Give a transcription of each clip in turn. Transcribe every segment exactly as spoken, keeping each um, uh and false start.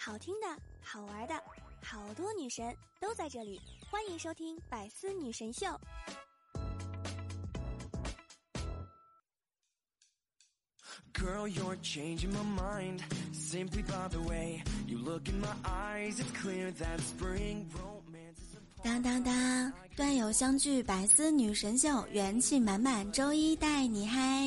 好听的，好玩的，好多女神都在这里，欢迎收听百思女神秀。Girl, you're changing my mind simply by the way you look in my eyes. It's clear that spring romance is a... 当当当，段友相聚，百思女神秀，元气满满，周一带你嗨。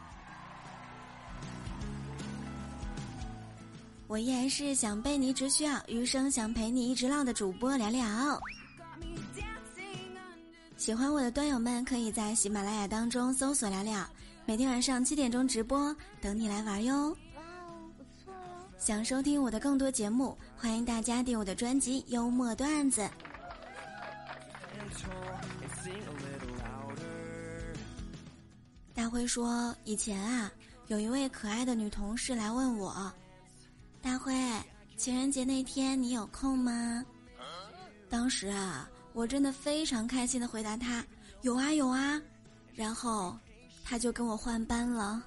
我依然是想被你只需要，余生想陪你一直唠的主播聊聊。喜欢我的端友们可以在喜马拉雅当中搜索聊聊，每天晚上七点钟直播，等你来玩哟。 哇哦，不错哦。 想收听我的更多节目，欢迎大家订我的专辑幽默段子。大辉说，以前啊，有一位可爱的女同事来问我，大辉，情人节那天你有空吗？当时啊，我真的非常开心地回答他，有啊有啊，然后他就跟我换班了。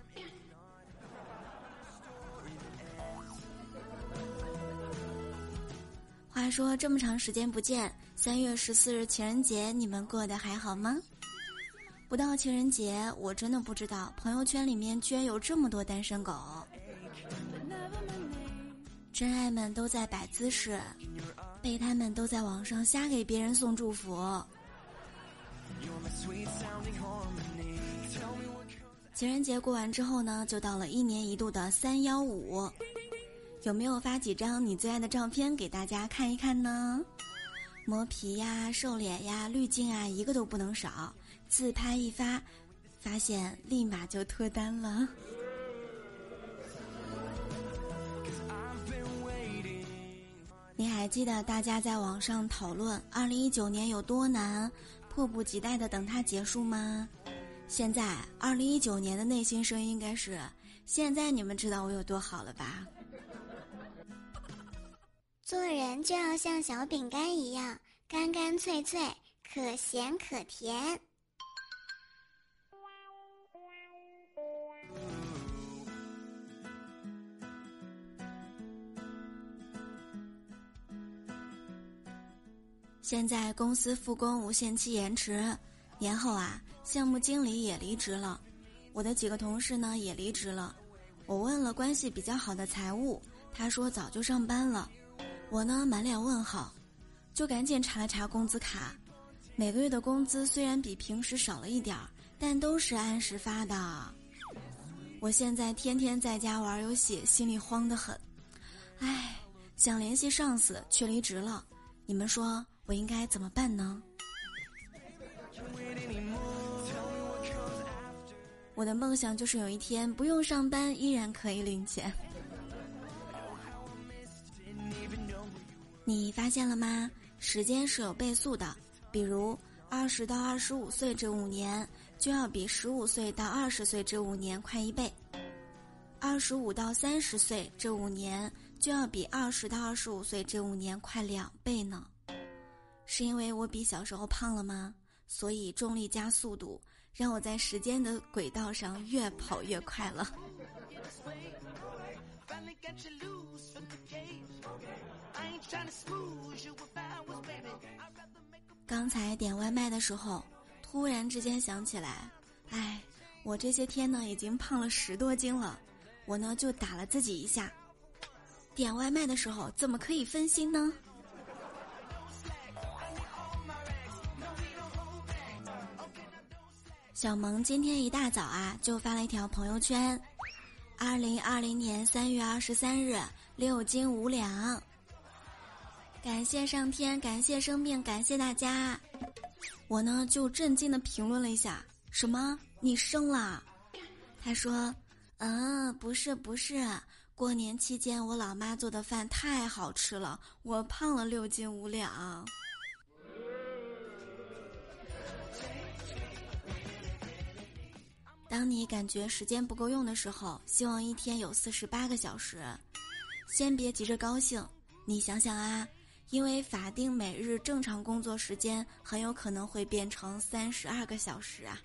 话说这么长时间不见，三月十四日情人节你们过得还好吗？不到情人节，我真的不知道朋友圈里面居然有这么多单身狗。真爱们都在摆姿势，备胎们都在网上瞎给别人送祝福。情人节过完之后呢，就到了一年一度的三幺五，有没有发几张你最爱的照片给大家看一看呢？磨皮呀、瘦脸呀、滤镜啊，一个都不能少。自拍一发，发现立马就脱单了。你还记得大家在网上讨论二零一九年有多难，迫不及待地等它结束吗？现在二零一九年的内心声音应该是，现在你们知道我有多好了吧？ 做人就要像小饼干一样，干干脆脆，可咸可甜。 现在公司复工无限期延迟，年后啊，项目经理也离职了，我的几个同事呢也离职了。我问了关系比较好的财务，他说早就上班了。我呢满脸问号，就赶紧查了查工资卡，每个月的工资虽然比平时少了一点儿，但都是按时发的。我现在天天在家玩游戏，心里慌得很。唉，想联系上司却离职了，你们说我应该怎么办呢？我的梦想就是有一天不用上班依然可以领钱。你发现了吗？时间是有倍速的，比如二十到二十五岁这五年就要比十五岁到二十岁这五年快一倍，二十五到三十岁这五年就要比二十到二十五岁这五年快两倍呢。是因为我比小时候胖了吗？所以重力加速度让我在时间的轨道上越跑越快了。刚才点外卖的时候，突然之间想起来，哎，我这些天呢已经胖了十多斤了，我呢就打了自己一下。点外卖的时候怎么可以分心呢？小萌今天一大早啊就发了一条朋友圈，二零二零年三月二十三日，六斤五两。感谢上天，感谢生命，感谢大家。我呢就震惊地评论了一下，什么？你生了？他说，嗯，不是不是，过年期间我老妈做的饭太好吃了，我胖了六斤五两。当你感觉时间不够用的时候，希望一天有四十八个小时，先别急着高兴。你想想啊，因为法定每日正常工作时间很有可能会变成三十二个小时啊。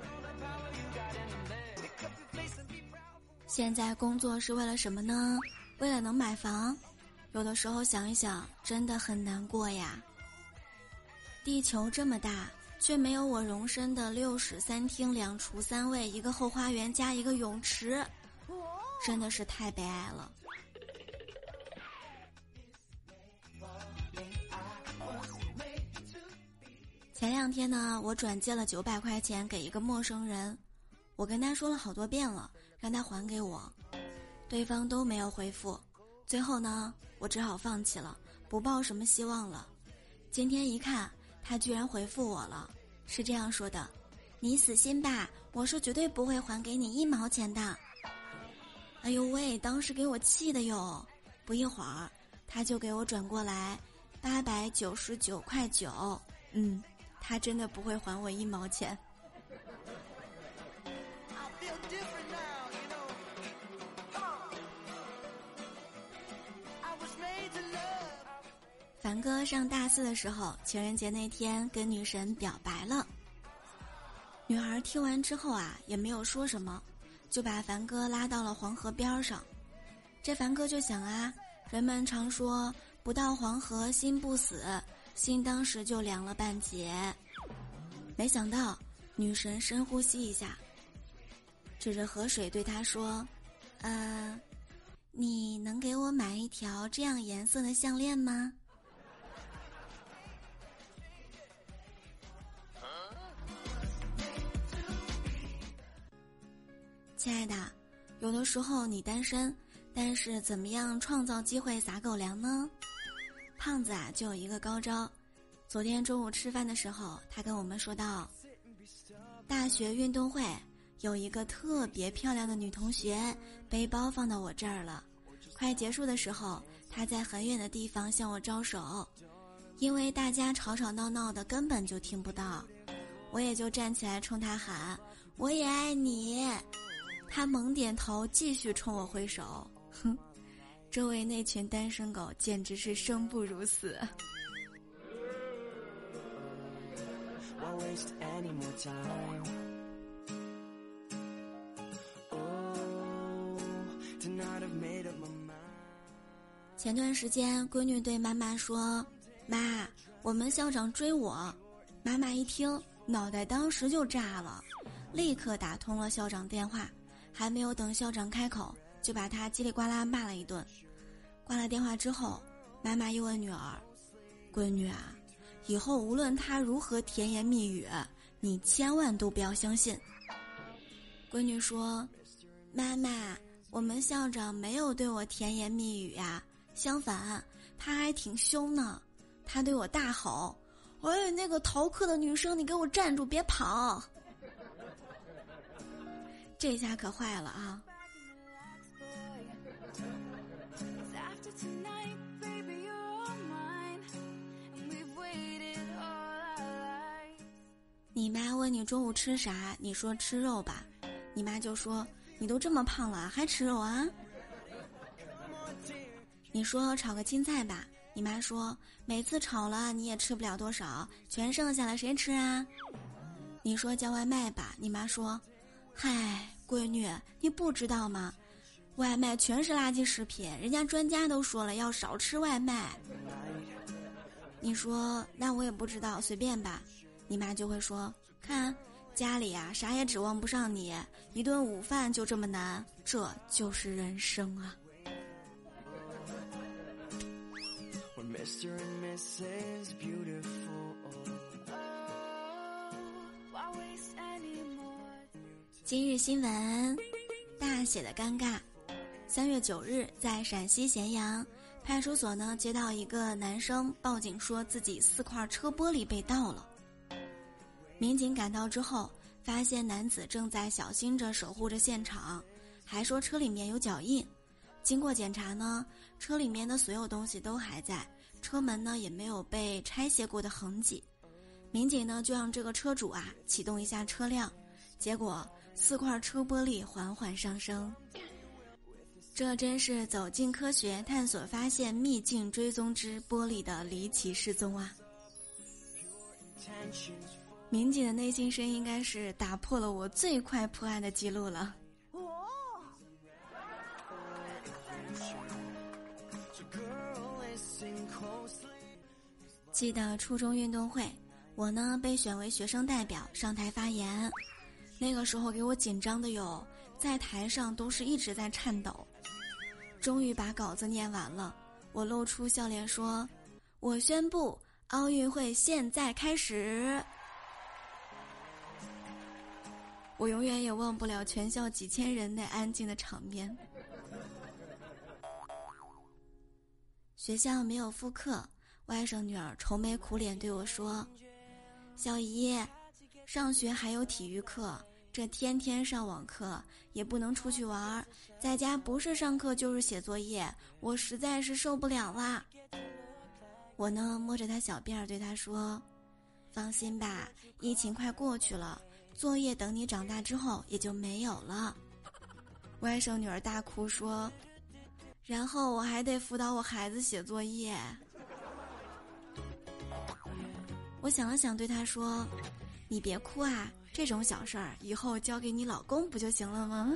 现在工作是为了什么呢？ 为了能买房，有的时候想一想，真的很难过呀。地球这么大，却没有我容身的六室三厅两厨三卫一个后花园加一个泳池，真的是太悲哀了。前两天呢，我转借了九百块钱给一个陌生人，我跟他说了好多遍了，让他还给我，对方都没有回复。最后呢，我只好放弃了，不抱什么希望了。今天一看，他居然回复我了，是这样说的：你死心吧，我是绝对不会还给你一毛钱的。哎呦喂，当时给我气的哟！不一会儿，他就给我转过来八百九十九块九。嗯，他真的不会还我一毛钱。凡哥上大四的时候，情人节那天跟女神表白了。女孩听完之后啊，也没有说什么，就把凡哥拉到了黄河边上。这凡哥就想啊，人们常说不到黄河心不死，心当时就凉了半截。没想到女神深呼吸一下，指着河水对他说：呃，你能给我买一条这样颜色的项链吗？亲爱的，有的时候你单身，但是怎么样创造机会撒狗粮呢？胖子啊，就有一个高招。昨天中午吃饭的时候，他跟我们说到，大学运动会有一个特别漂亮的女同学，背包放到我这儿了。快结束的时候，她在很远的地方向我招手，因为大家吵吵闹闹的，根本就听不到。我也就站起来冲她喊：我也爱你。他猛点头，继续冲我挥手。哼，周围那群单身狗简直是生不如死。前段时间，闺女对妈妈说：妈，我们校长追我。妈妈一听，脑袋当时就炸了，立刻打通了校长电话。还没有等校长开口，就把他叽里呱啦骂了一顿。挂了电话之后，妈妈又问女儿：闺女啊，以后无论他如何甜言蜜语，你千万都不要相信。闺女说：妈妈，我们校长没有对我甜言蜜语呀，相反他还挺凶呢。他对我大吼：哎，那个逃课的女生，你给我站住，别跑。这下可坏了啊！你妈问你中午吃啥，你说吃肉吧，你妈就说你都这么胖了还吃肉啊？你说炒个青菜吧，你妈说每次炒了你也吃不了多少，全剩下了谁吃啊？你说叫外卖吧，你妈说嗨，闺女，你不知道吗？外卖全是垃圾食品，人家专家都说了要少吃外卖。你说那我也不知道，随便吧。你妈就会说，看家里啊啥也指望不上你，一顿午饭就这么难，这就是人生啊。今日新闻，大写的尴尬。三月九日，在陕西咸阳派出所呢，接到一个男生报警说自己四块车玻璃被盗了。民警赶到之后，发现男子正在小心着守护着现场，还说车里面有脚印。经过检查呢，车里面的所有东西都还在，车门呢也没有被拆卸过的痕迹。民警呢就让这个车主啊启动一下车辆，结果四块车玻璃缓缓上升。这真是走进科学，探索发现秘境，追踪之玻璃的离奇失踪啊！民警的内心声应该是打破了我最快破案的记录了。哦记得初中运动会，我呢被选为学生代表上台发言，那个时候给我紧张的哟，在台上都是一直在颤抖。终于把稿子念完了，我露出笑脸说：“我宣布，奥运会现在开始。”我永远也忘不了全校几千人那安静的场面。学校没有复课，外甥女儿愁眉苦脸对我说：“小姨，上学还有体育课，这天天上网课，也不能出去玩，在家不是上课就是写作业，我实在是受不了啦。”我呢摸着她小辫儿对她说：“放心吧，疫情快过去了，作业等你长大之后也就没有了。”外甥女儿大哭说：“然后我还得辅导我孩子写作业。”我想了想对她说：“你别哭啊，这种小事儿以后交给你老公不就行了吗？”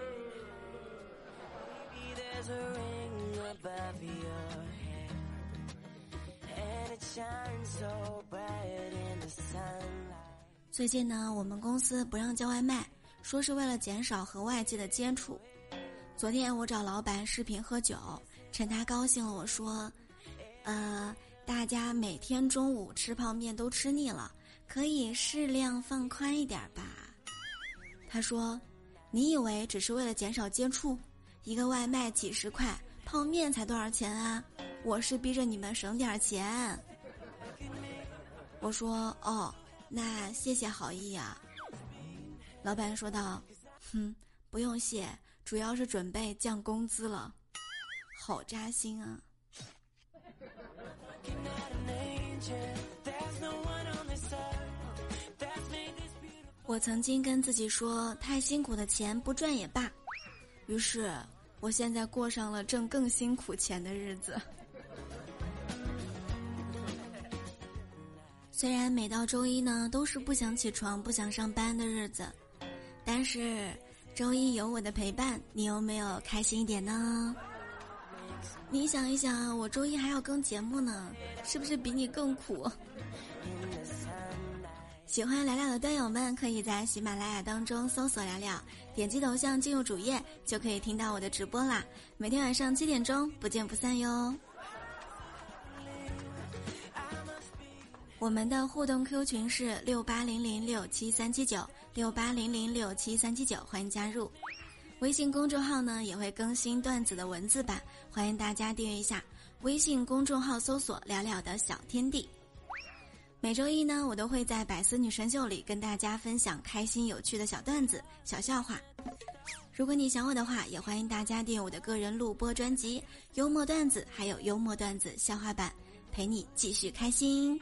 最近呢，我们公司不让叫外卖，说是为了减少和外界的接触。昨天我找老板视频喝酒，趁他高兴了，我说：“呃，大家每天中午吃泡面都吃腻了，可以适量放宽一点吧。”他说：“你以为只是为了减少接触？一个外卖几十块，泡面才多少钱啊？我是逼着你们省点钱。”我说：“哦，那谢谢好意啊。”老板说道：“哼，不用谢，主要是准备降工资了。”好扎心啊。我曾经跟自己说，太辛苦的钱不赚也罢，于是我现在过上了挣更辛苦钱的日子。虽然每到周一呢都是不想起床不想上班的日子，但是周一有我的陪伴，你有没有开心一点呢？你想一想，我周一还要更节目呢，是不是比你更苦？喜欢聊聊的段友们可以在喜马拉雅当中搜索聊聊，点击头像进入主页就可以听到我的直播啦，每天晚上七点钟不见不散哟。我们的互动 Q 群是六八零零六七三七九 六八零零六七三七九，欢迎加入。微信公众号呢也会更新段子的文字版，欢迎大家订阅一下。微信公众号搜索聊聊的小天地。每周一呢，我都会在百思女神秀里跟大家分享开心有趣的小段子、小笑话。如果你想我的话，也欢迎大家订阅我的个人录播专辑《幽默段子》，还有幽默段子笑话版，陪你继续开心。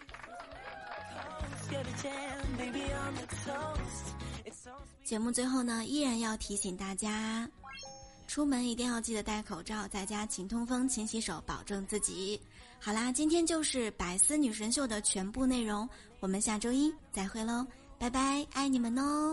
节目最后呢，依然要提醒大家，出门一定要记得戴口罩，在家勤通风、勤洗手，保证自己。好啦，今天就是百思女神秀的全部内容，我们下周一再会喽，拜拜，爱你们哦。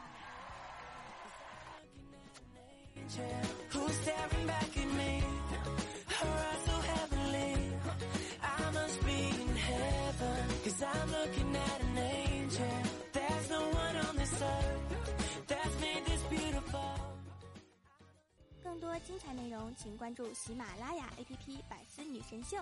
更多精彩内容请关注喜马拉雅 A P P 百思女神秀。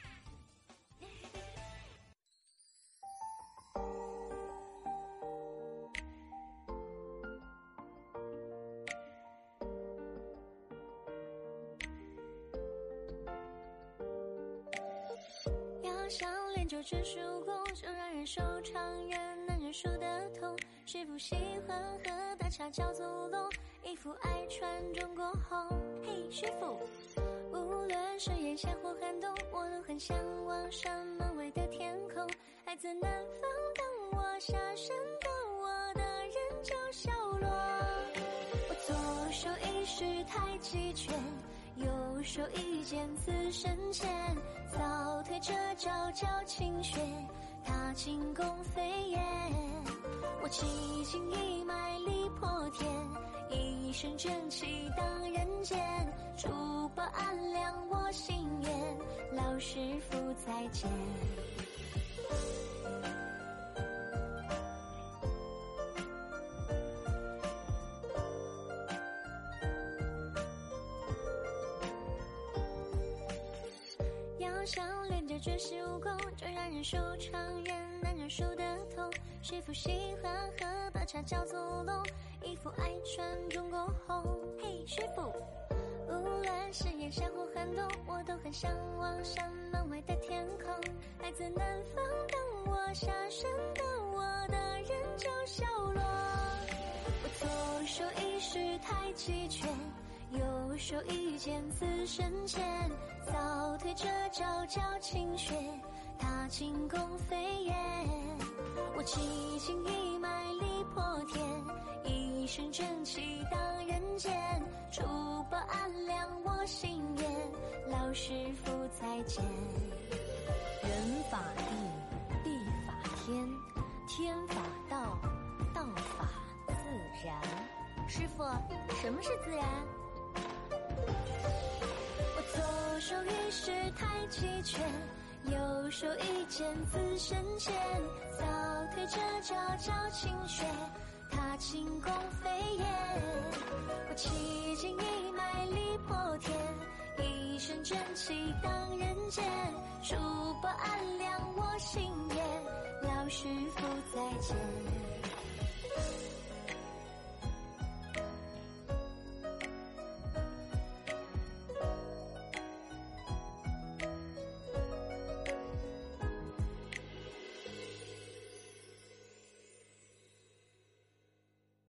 要想练就只属功，就让人手长远难认输的痛。师傅喜欢和大乔叫祖龙，一副爱穿中国红。嘿，师傅，无论是眼前或寒冬，我都很向往山门外的天空。来自南方，当我下山到我的人就消落。我左手一式太极拳，右手一剑刺身前，早退这招叫清雪，踏进宫飞燕。我气劲一脉力破天，一身正气当人间，珠宝暗亮我心眼，老师傅再见。 要想练就绝世武功，就让人手长人难忍术的痛。师傅喜欢喝的茶叫祖龙，衣服爱穿中国红。嘿，师傅，无论是炎夏或寒冬，我都很向往山门外的天空。来自南方，等我下山的我的人就消落。我左手一式太极拳，右手一剑刺身前，早退这招叫清雪，踏轻功飞燕。我气劲一脉力破天，一身正气荡人间，除暴安良我心愿，老师傅再见。 人法地，地法天，天法道，道法自然。 师傅，什么是自然？我左手一式太极拳，右手一剑刺身前，早退这招叫清雪，踏轻功飞燕。我气劲一脉力破天，一身正气荡人间，除暴安良我心愿，老师傅再见。